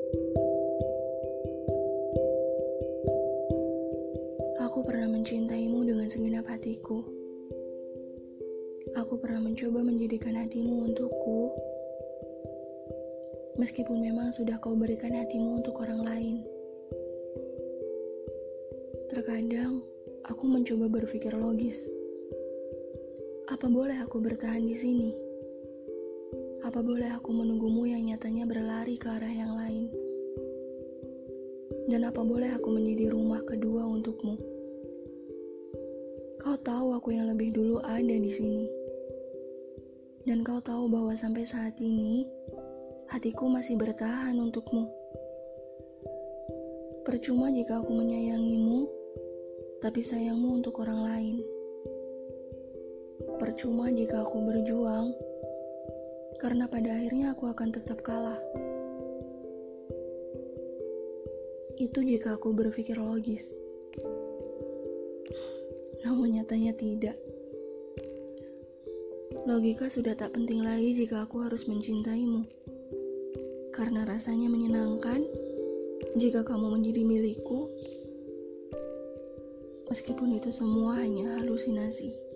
Aku pernah mencintaimu dengan segenap hatiku. Aku pernah mencoba menjadikan hatimu untukku, meskipun memang sudah kau berikan hatimu untuk orang lain. Terkadang, aku mencoba berpikir logis. Apa boleh aku bertahan di sini? Apa boleh aku menunggumu yang nyatanya berlari ke arah yang lain? Dan apa boleh aku menjadi rumah kedua untukmu? Kau tahu aku yang lebih dulu ada di sini. Dan kau tahu bahwa sampai saat ini, hatiku masih bertahan untukmu. Percuma jika aku menyayangimu, tapi sayangmu untuk orang lain. Percuma jika aku berjuang, karena pada akhirnya aku akan tetap kalah. Itu jika aku berpikir logis. Namun nyatanya tidak. Logika sudah tak penting lagi jika aku harus mencintaimu. Karena rasanya menyenangkan jika kamu menjadi milikku, meskipun itu semua hanya halusinasi.